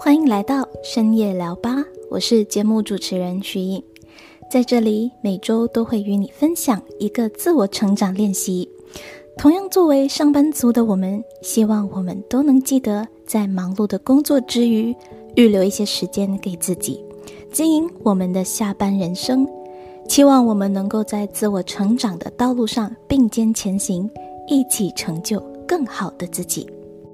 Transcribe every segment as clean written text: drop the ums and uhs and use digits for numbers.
欢迎来到深夜聊吧，我是节目主持人徐颖。在这里每周都会与你分享一个自我成长练习。同样作为上班族的我们，希望我们都能记得在忙碌的工作之余，预留一些时间给自己，经营我们的下班人生。期望我们能够在自我成长的道路上并肩前行，一起成就更好的自己。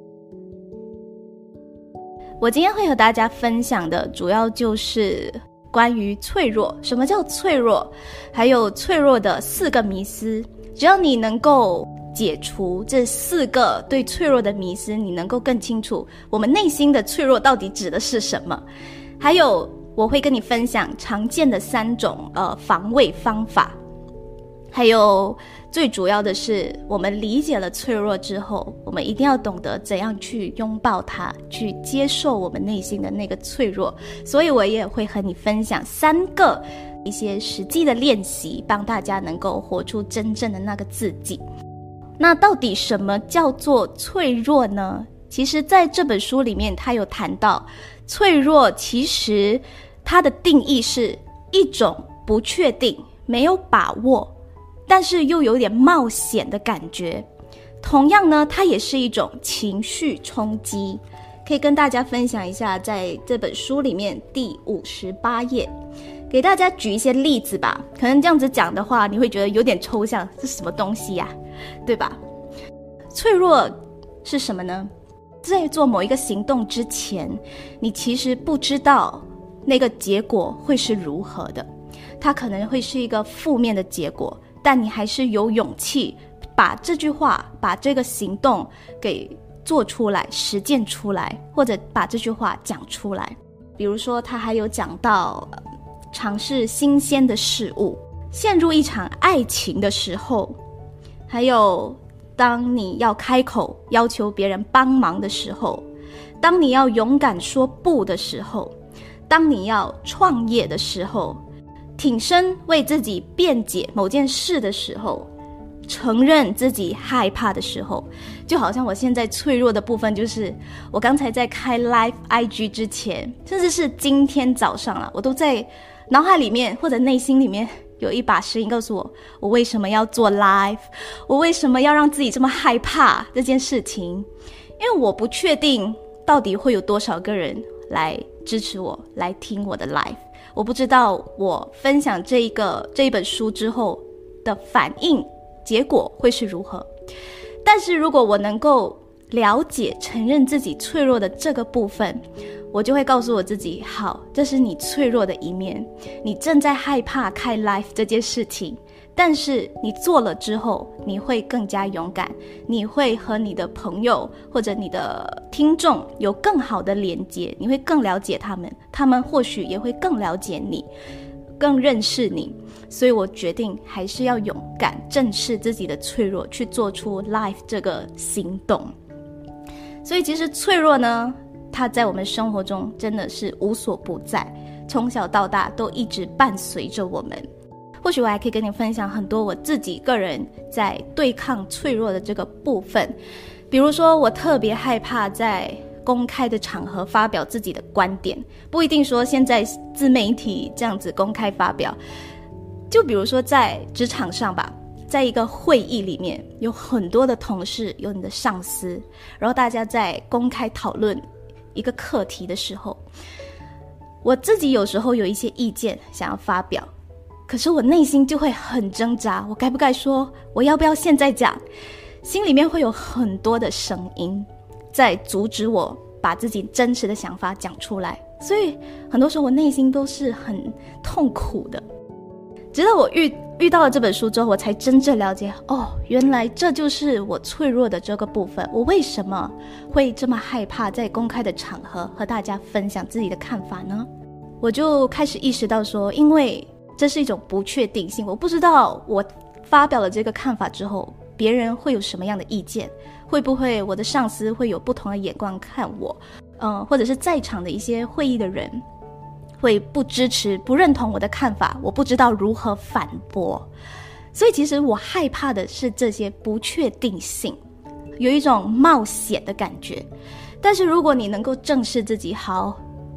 我今天会和大家分享的主要就是关于脆弱，什么叫脆弱，还有脆弱的4个迷思。只要你能够解除这4个对脆弱的迷思，你能够更清楚我们内心的脆弱到底指的是什么。还有我会跟你分享常见的3种防卫方法。还有最主要的是，我们理解了脆弱之后，我们一定要懂得怎样去拥抱它，去接受我们内心的那个脆弱。所以我也会和你分享3个一些实际的练习，帮大家能够活出真正的那个自己。那到底什么叫做脆弱呢？其实在这本书里面，它有谈到脆弱，其实它的定义是一种不确定、没有把握，但是又有点冒险的感觉。同样呢，它也是一种情绪冲击。可以跟大家分享一下，在这本书里面第58页，给大家举一些例子吧。可能这样子讲的话，你会觉得有点抽象，这是什么东西呀？对吧？脆弱是什么呢？在做某一个行动之前，你其实不知道那个结果会是如何的，它可能会是一个负面的结果，但你还是有勇气把这句话，把这个行动给做出来，实践出来，或者把这句话讲出来。比如说他还有讲到尝试新鲜的事物，陷入一场爱情的时候，还有当你要开口要求别人帮忙的时候，当你要勇敢说不的时候，当你要创业的时候，挺身为自己辩解某件事的时候，承认自己害怕的时候。就好像我现在脆弱的部分，就是我刚才在开 Live IG 之前，甚至是今天早上啊，我都在脑海里面或者内心里面有一把声音告诉我，我为什么要做 Live， 我为什么要让自己这么害怕这件事情。因为我不确定到底会有多少个人来支持我，来听我的 Live。我不知道我分享这一本书之后的反应结果会是如何，但是如果我能够了解承认自己脆弱的这个部分，我就会告诉我自己，好，这是你脆弱的一面，你正在害怕开 live 这件事情，但是你做了之后，你会更加勇敢，你会和你的朋友或者你的听众有更好的连接，你会更了解他们，他们或许也会更了解你，更认识你。所以我决定还是要勇敢正视自己的脆弱，去做出 live 这个行动。所以其实脆弱呢，它在我们生活中真的是无所不在，从小到大都一直伴随着我们。或许我还可以跟你分享很多我自己个人在对抗脆弱的这个部分。比如说我特别害怕在公开的场合发表自己的观点，不一定说现在自媒体这样子公开发表，就比如说在职场上吧，在一个会议里面，有很多的同事，有你的上司，然后大家在公开讨论一个课题的时候，我自己有时候有一些意见想要发表，可是我内心就会很挣扎，我该不该说，我要不要现在讲，心里面会有很多的声音在阻止我把自己真实的想法讲出来，所以很多时候我内心都是很痛苦的。直到我遇到了这本书之后，我才真正了解，原来这就是我脆弱的这个部分。我为什么会这么害怕在公开的场合和大家分享自己的看法呢？我就开始意识到说，因为这是一种不确定性，我不知道我发表了这个看法之后，别人会有什么样的意见，会不会我的上司会有不同的眼光看我，或者是在场的一些会议的人会不支持、不认同我的看法，我不知道如何反驳。所以其实我害怕的是这些不确定性，有一种冒险的感觉。但是如果你能够正视自己，好，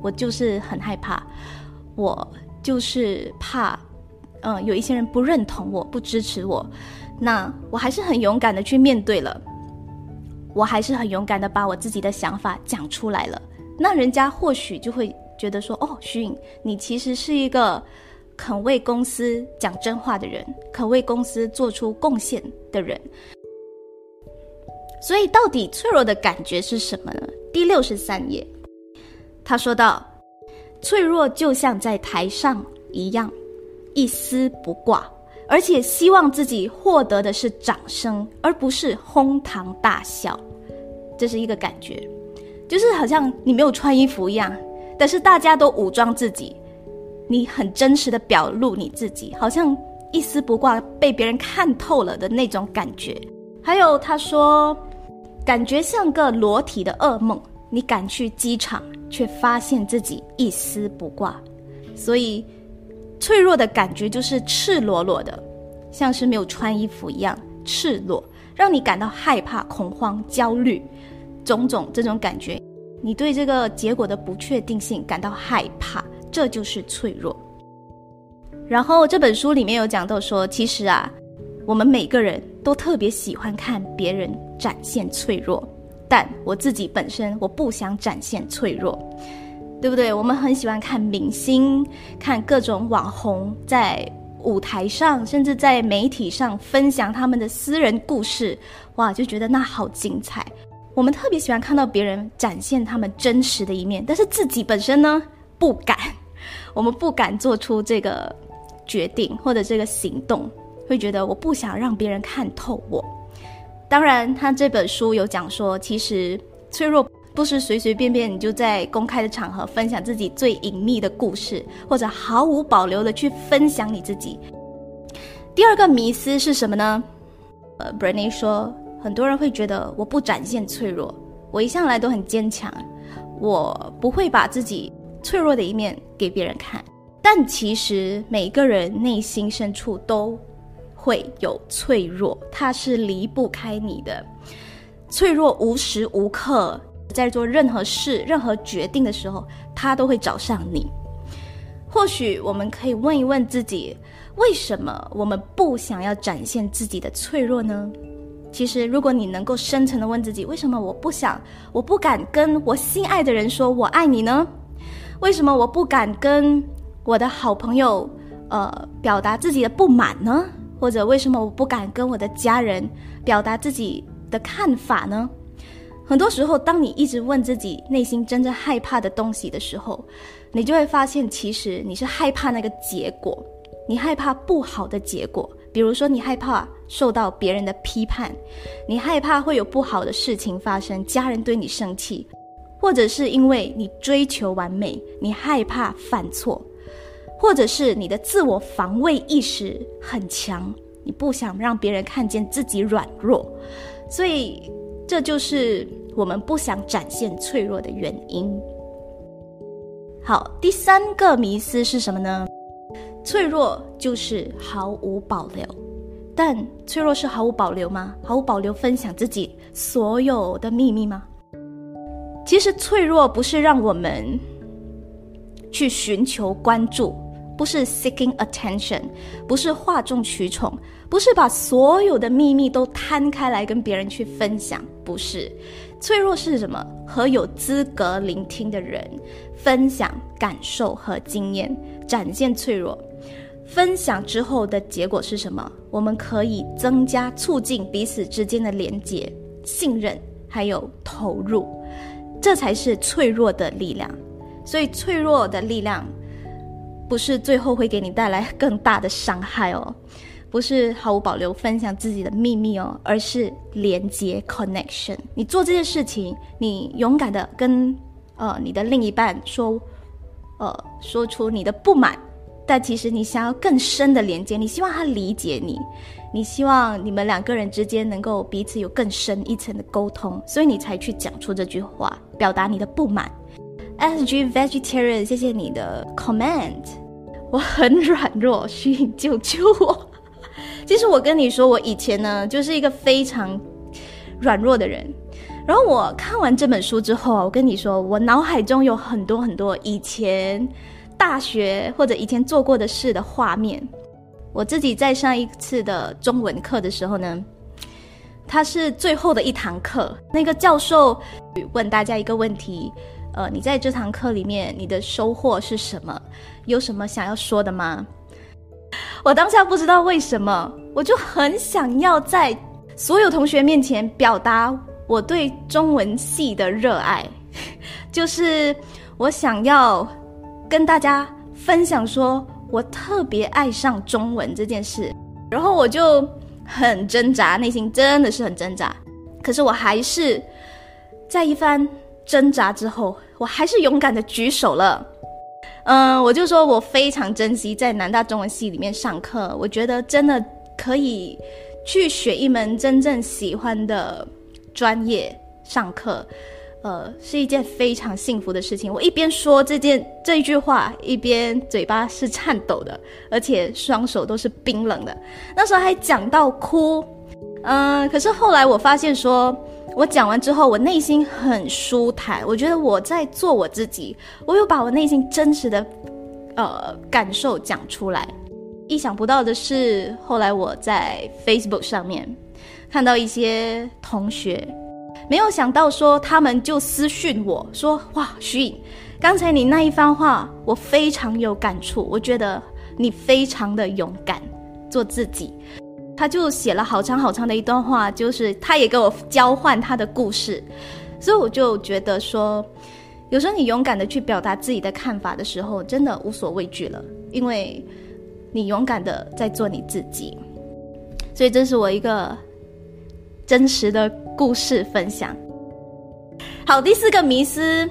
我就是很害怕，我就是怕有一些人不认同我，不支持我，那我还是很勇敢的去面对了，我还是很勇敢的把我自己的想法讲出来了，那人家或许就会觉得说，哦，徐颖，你其实是一个肯为公司讲真话的人，肯为公司做出贡献的人。所以到底脆弱的感觉是什么呢？第63页他说到，脆弱就像在台上一样，一丝不挂，而且希望自己获得的是掌声，而不是哄堂大笑。这是一个感觉，就是好像你没有穿衣服一样，但是大家都武装自己，你很真实的表露你自己，好像一丝不挂，被别人看透了的那种感觉。还有他说，感觉像个裸体的噩梦，你赶去机场，却发现自己一丝不挂。所以脆弱的感觉就是赤裸裸的，像是没有穿衣服一样赤裸，让你感到害怕、恐慌、焦虑，种种这种感觉，你对这个结果的不确定性感到害怕，这就是脆弱。然后这本书里面有讲到说，其实我们每个人都特别喜欢看别人展现脆弱，但我自己本身我不想展现脆弱，对不对？我们很喜欢看明星，看各种网红在舞台上，甚至在媒体上分享他们的私人故事，哇，就觉得那好精彩。我们特别喜欢看到别人展现他们真实的一面，但是自己本身呢，不敢，我们不敢做出这个决定或者这个行动，会觉得我不想让别人看透我。当然他这本书有讲说，其实脆弱不是随随便便你就在公开的场合分享自己最隐秘的故事，或者毫无保留的去分享你自己。第二个迷思是什么呢？Brené 说，很多人会觉得我不展现脆弱，我一向来都很坚强，我不会把自己脆弱的一面给别人看。但其实每个人内心深处都会有脆弱，它是离不开你的。脆弱无时无刻在做任何事、任何决定的时候，它都会找上你。或许我们可以问一问自己，为什么我们不想要展现自己的脆弱呢？其实如果你能够深层的问自己，为什么我不敢跟我心爱的人说我爱你呢？为什么我不敢跟我的好朋友表达自己的不满呢？或者为什么我不敢跟我的家人表达自己的看法呢？很多时候当你一直问自己内心真正害怕的东西的时候，你就会发现其实你是害怕那个结果，你害怕不好的结果。比如说你害怕受到别人的批判，你害怕会有不好的事情发生，家人对你生气，或者是因为你追求完美，你害怕犯错，或者是你的自我防卫意识很强，你不想让别人看见自己软弱。所以这就是我们不想展现脆弱的原因。好，第三个迷思是什么呢？脆弱就是毫无保留。但脆弱是毫无保留吗？毫无保留分享自己所有的秘密吗？其实脆弱不是让我们去寻求关注，不是 seeking attention， 不是哗众取宠，不是把所有的秘密都摊开来跟别人去分享，不是。脆弱是什么？和有资格聆听的人分享感受和经验，展现脆弱。分享之后的结果是什么？我们可以增加促进彼此之间的连结、信任还有投入，这才是脆弱的力量。所以脆弱的力量不是最后会给你带来更大的伤害哦，不是毫无保留分享自己的秘密哦，而是连接 connection。 你做这件事情，你勇敢的跟你的另一半说出你的不满，但其实你想要更深的连接，你希望他理解你，你希望你们两个人之间能够彼此有更深一层的沟通，所以你才去讲出这句话，表达你的不满。SG Vegetarian 谢谢你的 comment， 我很软弱，徐颖救救我。其实我跟你说，我以前呢就是一个非常软弱的人， 然后我看完这本书之后啊，我跟你说，我脑海中有很多很多以前大学或者以前做过的事的画面。我自己在上一次的中文课的时候呢，它是最后的一堂课，那个教授问大家一个问题，你在这堂课里面你的收获是什么？有什么想要说的吗？我当下不知道为什么，我就很想要在所有同学面前表达我对中文系的热爱，就是我想要跟大家分享说我特别爱上中文这件事。然后我就很挣扎，内心真的是很挣扎，可是我还是在一番挣扎之后，我还是勇敢的举手了。我就说我非常珍惜在南大中文系里面上课，我觉得真的可以去学一门真正喜欢的专业上课，是一件非常幸福的事情。我一边说这一句话，一边嘴巴是颤抖的，而且双手都是冰冷的，那时候还讲到哭。可是后来我发现说，我讲完之后我内心很舒坦，我觉得我在做我自己，我有把我内心真实的感受讲出来。意想不到的是，后来我在 Facebook 上面看到一些同学，没有想到说他们就私讯我说，哇，徐颖，刚才你那一番话我非常有感触，我觉得你非常的勇敢做自己。他就写了好长好长的一段话，就是他也跟我交换他的故事。所以我就觉得说，有时候你勇敢的去表达自己的看法的时候，真的无所畏惧了，因为你勇敢的在做你自己。所以这是我一个真实的故事分享。好，第四个迷思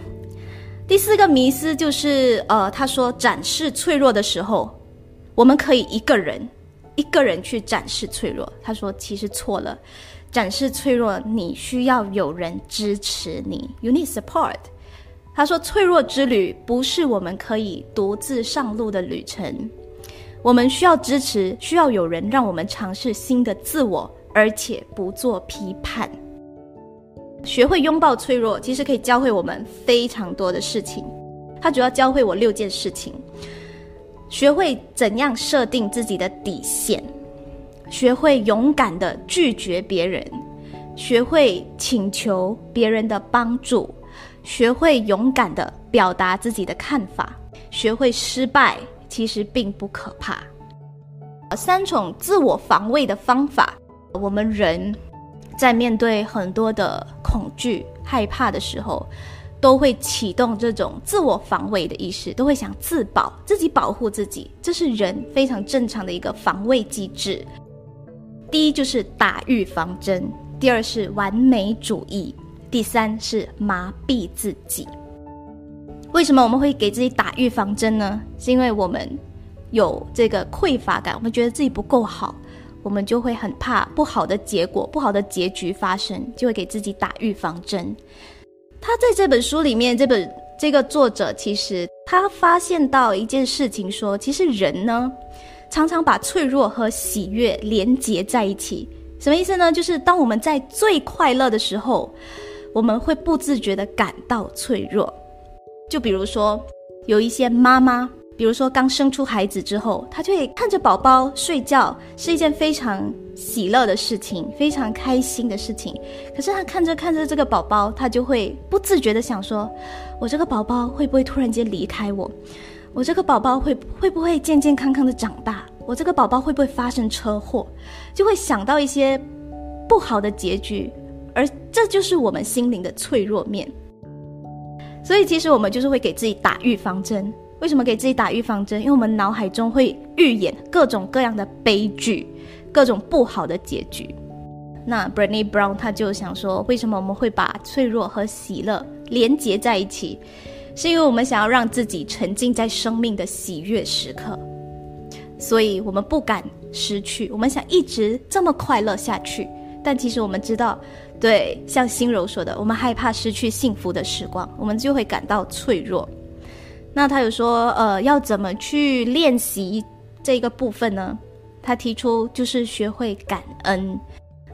就是他说展示脆弱的时候，我们可以一个人去展示脆弱。他说其实错了，展示脆弱你需要有人支持你， You need support。 他说脆弱之旅不是我们可以独自上路的旅程，我们需要支持，需要有人让我们尝试新的自我，而且不做批判。学会拥抱脆弱其实可以教会我们非常多的事情，他主要教会我6件事情。学会怎样设定自己的底线，学会勇敢地拒绝别人，学会请求别人的帮助，学会勇敢地表达自己的看法，学会失败其实并不可怕。3种自我防卫的方法。我们人在面对很多的恐惧害怕的时候，都会启动这种自我防卫的意识，都会想自保，自己保护自己，这是人非常正常的一个防卫机制。第一就是打预防针，第二是完美主义，第三是麻痹自己。为什么我们会给自己打预防针呢？是因为我们有这个匮乏感，我们觉得自己不够好，我们就会很怕不好的结果，不好的结局发生，就会给自己打预防针。他在这本书里面，这个作者其实他发现到一件事情说，其实人呢常常把脆弱和喜悦连结在一起。什么意思呢？就是当我们在最快乐的时候，我们会不自觉地感到脆弱。就比如说有一些妈妈，比如说刚生出孩子之后，她就会看着宝宝睡觉，是一件非常喜乐的事情，非常开心的事情。可是她看着看着这个宝宝，她就会不自觉地想说，我这个宝宝会不会突然间离开我？我这个宝宝会不会健健康康的长大？我这个宝宝会不会发生车祸？就会想到一些不好的结局，而这就是我们心灵的脆弱面。所以其实我们就是会给自己打预防针。为什么给自己打预防针？因为我们脑海中会预演各种各样的悲剧，各种不好的结局。那 Brené Brown 他就想说，为什么我们会把脆弱和喜乐连结在一起？是因为我们想要让自己沉浸在生命的喜悦时刻，所以我们不敢失去，我们想一直这么快乐下去。但其实我们知道，对，像心柔说的，我们害怕失去幸福的时光，我们就会感到脆弱。那他有说要怎么去练习这个部分呢？他提出就是学会感恩。他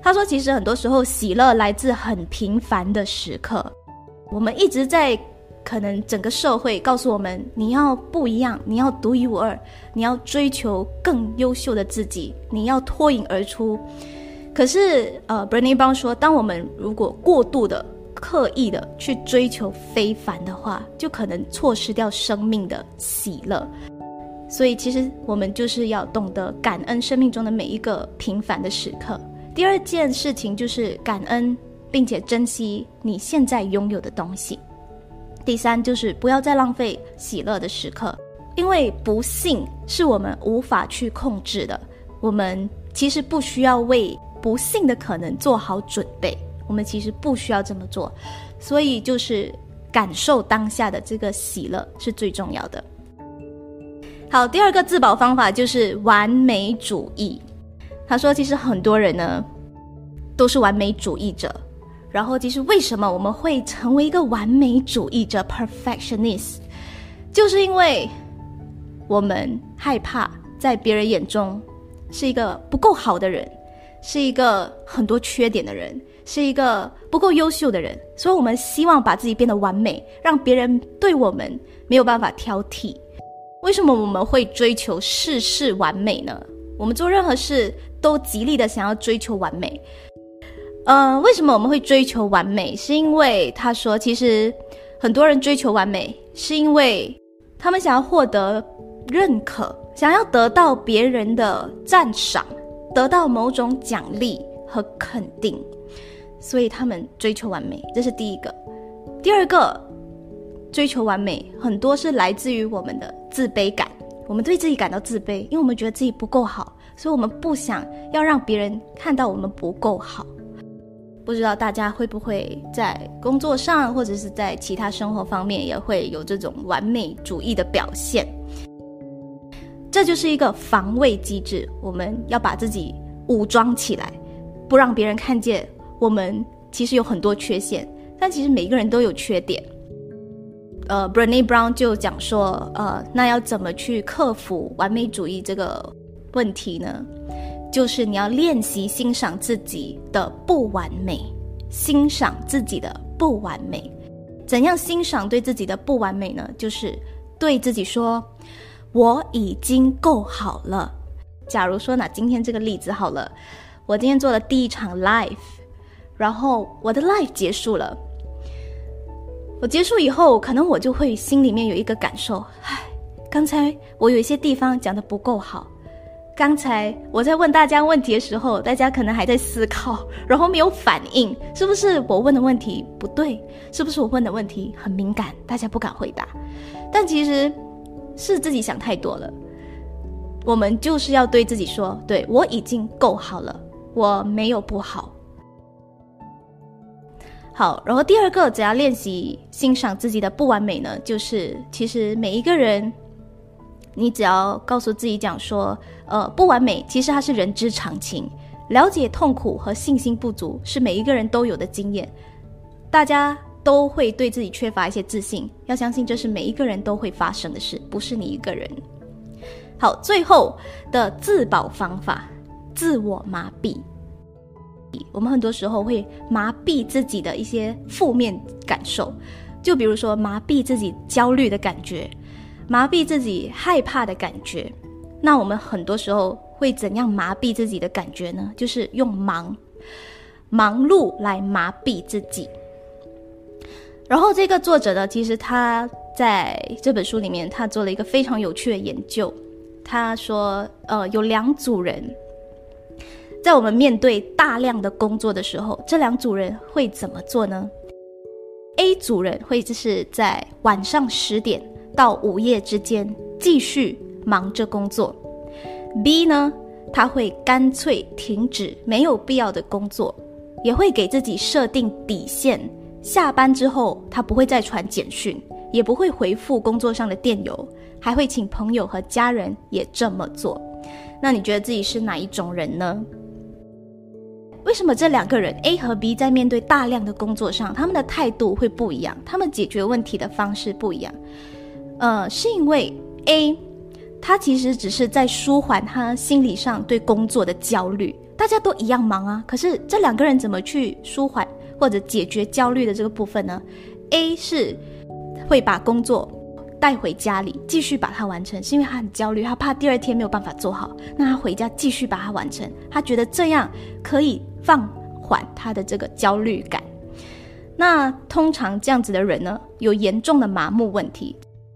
他说其实很多时候喜乐来自很平凡的时刻，我们一直在可能整个社会告诉我们，你要不一样，你要独一无二，你要追求更优秀的自己，你要脱颖而出。可是Brené Brown 说，当我们如果过度的刻意的去追求非凡的话，就可能错失掉生命的喜乐。所以其实我们就是要懂得感恩生命中的每一个平凡的时刻。第二件事情就是感恩并且珍惜你现在拥有的东西。第三就是不要再浪费喜乐的时刻，因为不幸是我们无法去控制的，我们其实不需要为不幸的可能做好准备，我们其实不需要这么做，所以就是感受当下的这个喜乐是最重要的。好，第二个自保方法就是完美主义。他说其实很多人呢都是完美主义者，然后其实为什么我们会成为一个完美主义者 perfectionist， 就是因为我们害怕在别人眼中是一个不够好的人，是一个很多缺点的人，是一个不够优秀的人，所以我们希望把自己变得完美，让别人对我们没有办法挑剔。为什么我们会追求事事完美呢？我们做任何事都极力的想要追求完美。为什么我们会追求完美？是因为他说其实很多人追求完美是因为他们想要获得认可，想要得到别人的赞赏，得到某种奖励和肯定，所以他们追求完美，这是第一个。第二个，追求完美很多是来自于我们的自卑感，我们对自己感到自卑，因为我们觉得自己不够好，所以我们不想要让别人看到我们不够好。不知道大家会不会在工作上或者是在其他生活方面也会有这种完美主义的表现，这就是一个防卫机制，我们要把自己武装起来，不让别人看见我们其实有很多缺陷，但其实每一个人都有缺点。Brené Brown 就讲说那要怎么去克服完美主义这个问题呢？就是你要练习欣赏自己的不完美，欣赏自己的不完美。怎样欣赏对自己的不完美呢？就是对自己说我已经够好了。假如说拿今天这个例子好了，我今天做了第一场 live， 然后我的 live 结束了，我结束以后可能我就会心里面有一个感受，刚才我有一些地方讲得不够好，刚才我在问大家问题的时候，大家可能还在思考，然后没有反应，是不是我问的问题不对？是不是我问的问题很敏感，大家不敢回答？但其实是自己想太多了。我们就是要对自己说，对，我已经够好了，我没有不好。好，然后第二个怎样练习欣赏自己的不完美呢？就是其实每一个人，你只要告诉自己讲说不完美其实它是人之常情，了解痛苦和信心不足是每一个人都有的经验，大家都会对自己缺乏一些自信，要相信这是每一个人都会发生的事，不是你一个人。好，最后的自保方法，自我麻痹。我们很多时候会麻痹自己的一些负面感受，就比如说麻痹自己焦虑的感觉，麻痹自己害怕的感觉。那我们很多时候会怎样麻痹自己的感觉呢？就是用忙碌来麻痹自己。然后这个作者呢，其实他在这本书里面他做了一个非常有趣的研究。他说有两组人在我们面对大量的工作的时候，这两组人会怎么做呢？ A 组人会就是在晚上10点到午夜之间继续忙着工作。 B 呢，他会干脆停止没有必要的工作，也会给自己设定底线，下班之后他不会再传简讯，也不会回复工作上的电邮，还会请朋友和家人也这么做。那你觉得自己是哪一种人呢？为什么这两个人 A 和 B 在面对大量的工作上，他们的态度会不一样，他们解决问题的方式不一样？是因为 A 他其实只是在舒缓他心理上对工作的焦虑， 大家都一样忙啊，可是这两个人怎么去舒缓或者解决焦虑的这个部分呢？ A 是会把工作带回家里继续把它完成，是因为他很焦虑，他怕第二天没有办法做好，那他回家继续把它完成，他觉得这样可以放缓他的这个焦虑感。那通常这样子的人呢，有严重的麻木问题。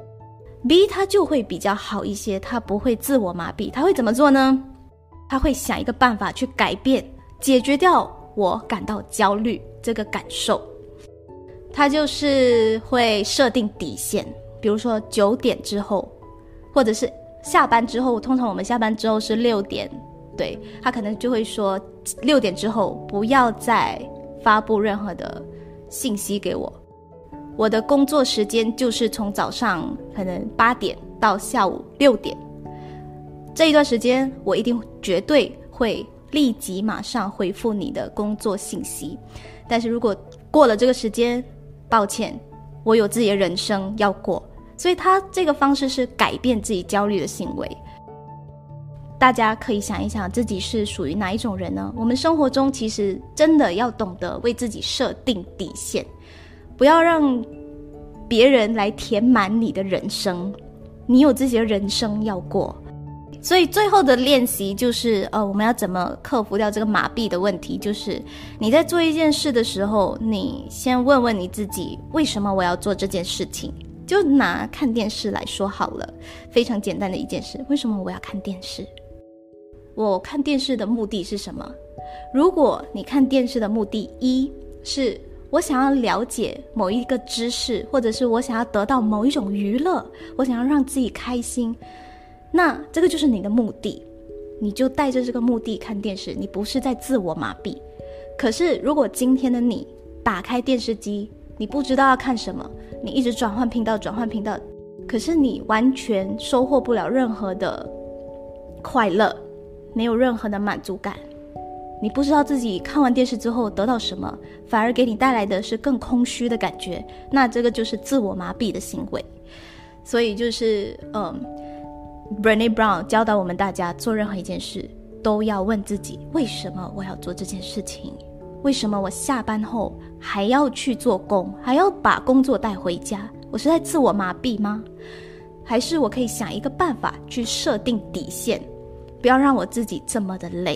B 他就会比较好一些，他不会自我麻痹，他会怎么做呢？他会想一个办法去改变，解决掉我感到焦虑这个感受。他就是会设定底线，比如说9点之后，或者是下班之后，通常我们下班之后是6点，对，他可能就会说6点之后不要再发布任何的信息给我，我的工作时间就是从早上可能8点到下午6点，这一段时间我一定绝对会立即马上回复你的工作信息。但是如果过了这个时间，抱歉，我有自己的人生要过。所以他这个方式是改变自己焦虑的行为。大家可以想一想自己是属于哪一种人呢？我们生活中其实真的要懂得为自己设定底线，不要让别人来填满你的人生，你有自己的人生要过。所以最后的练习就是我们要怎么克服掉这个麻痹的问题，就是你在做一件事的时候，你先问问你自己，为什么我要做这件事情？就拿看电视来说好了，非常简单的一件事，为什么我要看电视？我看电视的目的是什么？如果你看电视的目的一是我想要了解某一个知识，或者是我想要得到某一种娱乐，我想要让自己开心，那这个就是你的目的，你就带着这个目的看电视，你不是在自我麻痹。可是如果今天的你打开电视机，你不知道要看什么，你一直转换频道，可是你完全收获不了任何的快乐，没有任何的满足感，你不知道自己看完电视之后得到什么，反而给你带来的是更空虚的感觉，那这个就是自我麻痹的行为。所以就是Brené Brown 教导我们大家做任何一件事都要问自己，为什么我要做这件事情？为什么我下班后还要去做工，还要把工作带回家？我是在自我麻痹吗？还是我可以想一个办法去设定底线，不要让我自己这么的累。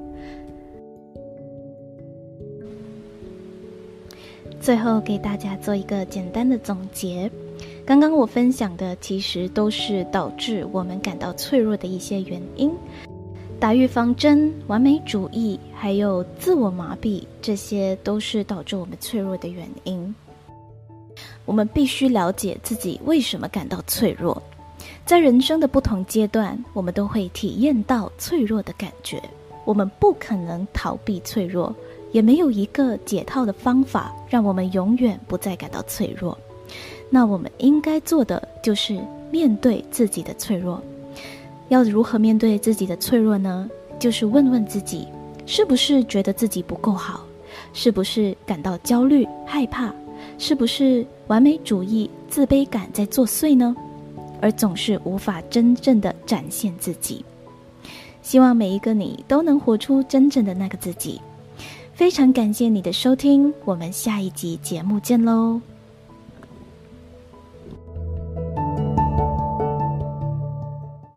最后给大家做一个简单的总结，刚刚我分享的其实都是导致我们感到脆弱的一些原因，打预防针、完美主义还有自我麻痹，这些都是导致我们脆弱的原因。我们必须了解自己为什么感到脆弱，在人生的不同阶段，我们都会体验到脆弱的感觉，我们不可能逃避脆弱，也没有一个解套的方法让我们永远不再感到脆弱。那我们应该做的就是面对自己的脆弱。要如何面对自己的脆弱呢？就是问问自己，是不是觉得自己不够好？是不是感到焦虑、害怕？是不是完美主义、自卑感在作祟呢？而总是无法真正的展现自己。希望每一个你都能活出真正的那个自己。非常感谢你的收听，我们下一集节目见喽。